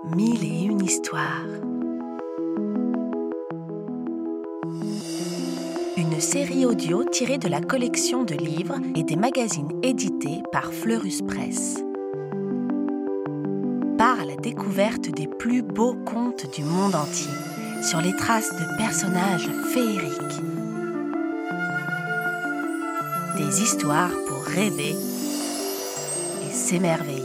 Mille et une histoires. Une série audio tirée de la collection de livres et des magazines édités par Fleurus Press. Part à la découverte des plus beaux contes du monde entier, sur les traces de personnages féeriques. Des histoires pour rêver et s'émerveiller.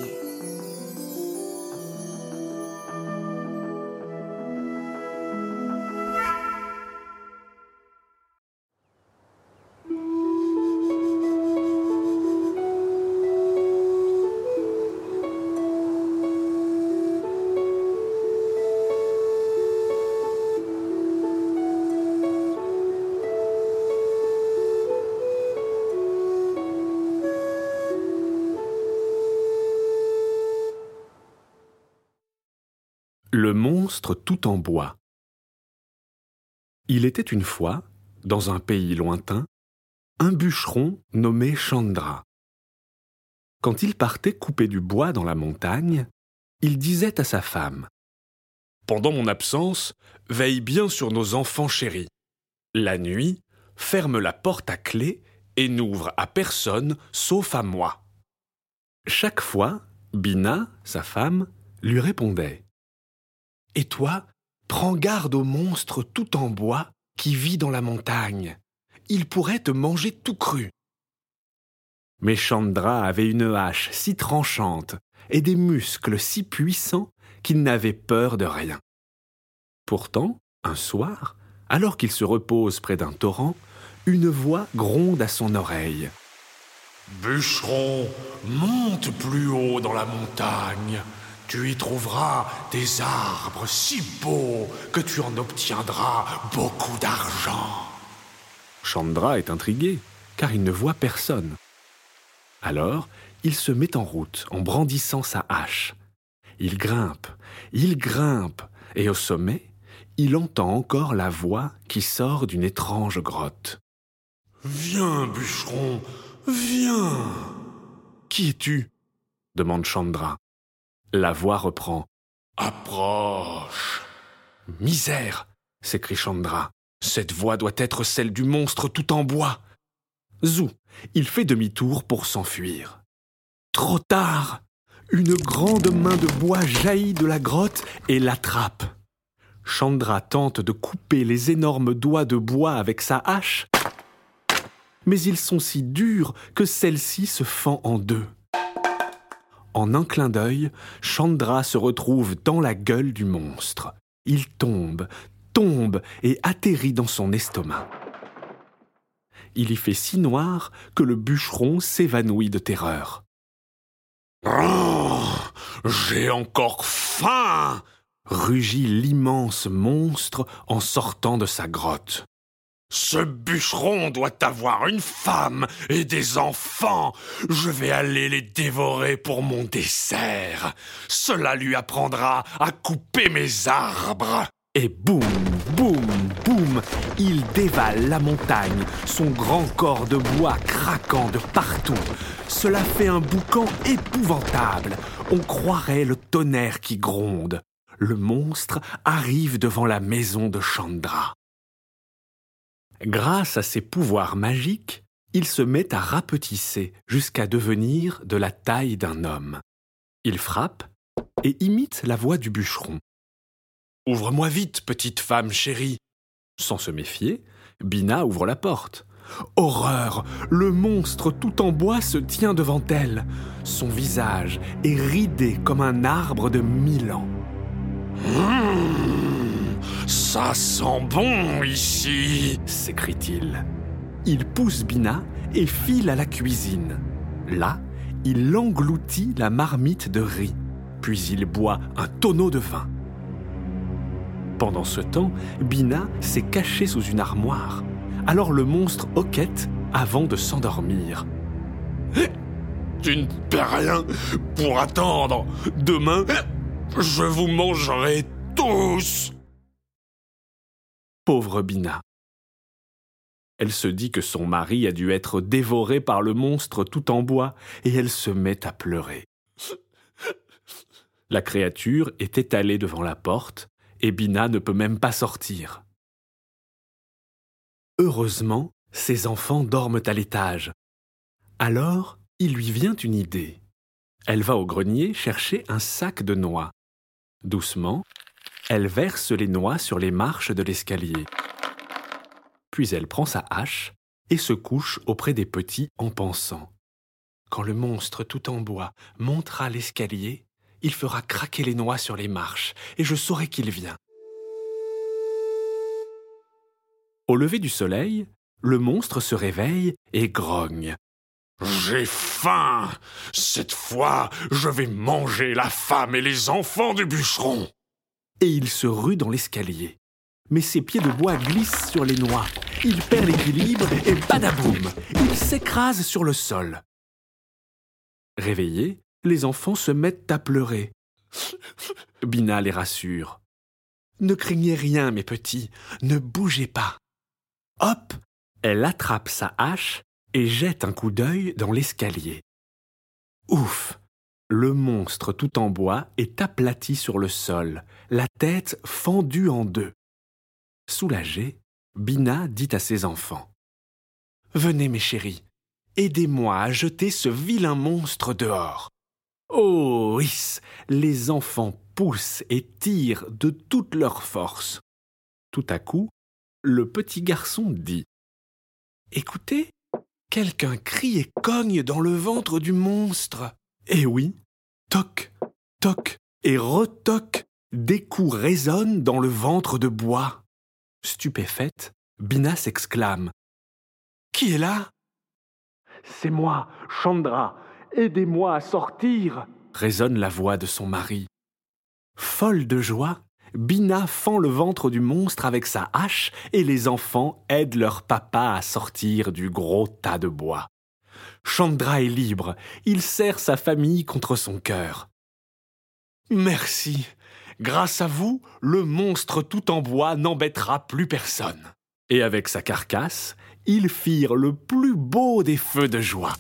Le monstre tout en bois. Il était une fois, dans un pays lointain, un bûcheron nommé Chandra. Quand il partait couper du bois dans la montagne, il disait à sa femme : « Pendant mon absence, veille bien sur nos enfants chéris. La nuit, ferme la porte à clé et n'ouvre à personne sauf à moi. » Chaque fois, Bina, sa femme, lui répondait : « Et toi, prends garde au monstre tout en bois qui vit dans la montagne. Il pourrait te manger tout cru. » Mais Chandra avait une hache si tranchante et des muscles si puissants qu'il n'avait peur de rien. Pourtant, un soir, alors qu'il se repose près d'un torrent, une voix gronde à son oreille. « Bûcheron, monte plus haut dans la montagne. Tu y trouveras des arbres si beaux que tu en obtiendras beaucoup d'argent. » Chandra est intrigué, car il ne voit personne. Alors, il se met en route en brandissant sa hache. Il grimpe, et au sommet, il entend encore la voix qui sort d'une étrange grotte. « Viens, bûcheron, viens !»« Qui es-tu » demande Chandra. La voix reprend. « Approche !»« Misère !» s'écrie Chandra. « Cette voix doit être celle du monstre tout en bois. » Zou, il fait demi-tour pour s'enfuir. Trop tard ! Une grande main de bois jaillit de la grotte et l'attrape. Chandra tente de couper les énormes doigts de bois avec sa hache, mais ils sont si durs que celle-ci se fend en deux. En un clin d'œil, Chandra se retrouve dans la gueule du monstre. Il tombe et atterrit dans son estomac. Il y fait si noir que le bûcheron s'évanouit de terreur. « Oh, j'ai encore faim !» rugit l'immense monstre en sortant de sa grotte. Ce bûcheron doit avoir une femme et des enfants. Je vais aller les dévorer pour mon dessert. Cela lui apprendra à couper mes arbres. » Et boum, boum, boum, il dévale la montagne, son grand corps de bois craquant de partout. Cela fait un boucan épouvantable. On croirait le tonnerre qui gronde. Le monstre arrive devant la maison de Chandra. Grâce à ses pouvoirs magiques, il se met à rapetisser jusqu'à devenir de la taille d'un homme. Il frappe et imite la voix du bûcheron. « Ouvre-moi vite, petite femme chérie !» Sans se méfier, Bina ouvre la porte. Horreur! Le monstre tout en bois se tient devant elle. Son visage est ridé comme un arbre de 1000 ans. Ça sent bon ici !» s'écrie-t-il. Il pousse Bina et file à la cuisine. Là, il engloutit la marmite de riz, puis il boit un tonneau de vin. Pendant ce temps, Bina s'est cachée sous une armoire. Alors le monstre hoquette avant de s'endormir. « Tu ne perds rien pour attendre. Demain, je vous mangerai tous !» Pauvre Bina. Elle se dit que son mari a dû être dévoré par le monstre tout en bois et elle se met à pleurer. La créature est étalée devant la porte et Bina ne peut même pas sortir. Heureusement, ses enfants dorment à l'étage. Alors, il lui vient une idée. Elle va au grenier chercher un sac de noix. Doucement, elle verse les noix sur les marches de l'escalier. Puis elle prend sa hache et se couche auprès des petits en pensant. Quand le monstre tout en bois montera l'escalier, il fera craquer les noix sur les marches et je saurai qu'il vient. Au lever du soleil, le monstre se réveille et grogne. J'ai faim! Cette fois, je vais manger la femme et les enfants du bûcheron! Et il se rue dans l'escalier. Mais ses pieds de bois glissent sur les noix. Il perd l'équilibre et badaboum! Il s'écrase sur le sol. Réveillés, les enfants se mettent à pleurer. Bina les rassure. Ne craignez rien, mes petits, ne bougez pas. Hop! Elle attrape sa hache et jette un coup d'œil dans l'escalier. Ouf! Le monstre tout en bois est aplati sur le sol, la tête fendue en deux. Soulagée, Bina dit à ses enfants. « Venez mes chéris, aidez-moi à jeter ce vilain monstre dehors. » Oh, hiss! Les enfants poussent et tirent de toute leur force. Tout à coup, le petit garçon dit « Écoutez, quelqu'un crie et cogne dans le ventre du monstre. » Eh oui, toc, toc et retoc, des coups résonnent dans le ventre de bois. Stupéfaite, Bina s'exclame. « Qui est là ?»« C'est moi, Chandra. Aidez-moi à sortir !» résonne la voix de son mari. Folle de joie, Bina fend le ventre du monstre avec sa hache et les enfants aident leur papa à sortir du gros tas de bois. Chandra est libre, il serre sa famille contre son cœur. Merci, grâce à vous, le monstre tout en bois n'embêtera plus personne. Et avec sa carcasse, ils firent le plus beau des feux de joie.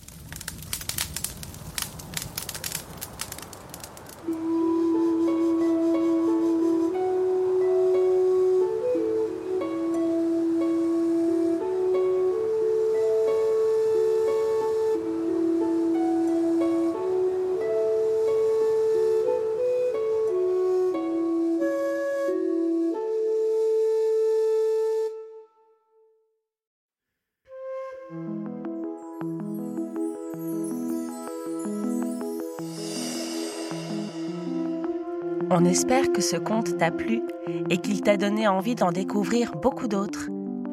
On espère que ce conte t'a plu et qu'il t'a donné envie d'en découvrir beaucoup d'autres.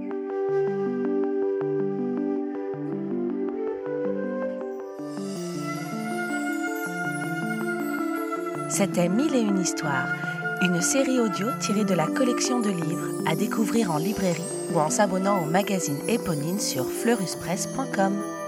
C'était 1001 histoires, une série audio tirée de la collection de livres à découvrir en librairie ou en s'abonnant au magazine Éponine sur fleuruspresse.com.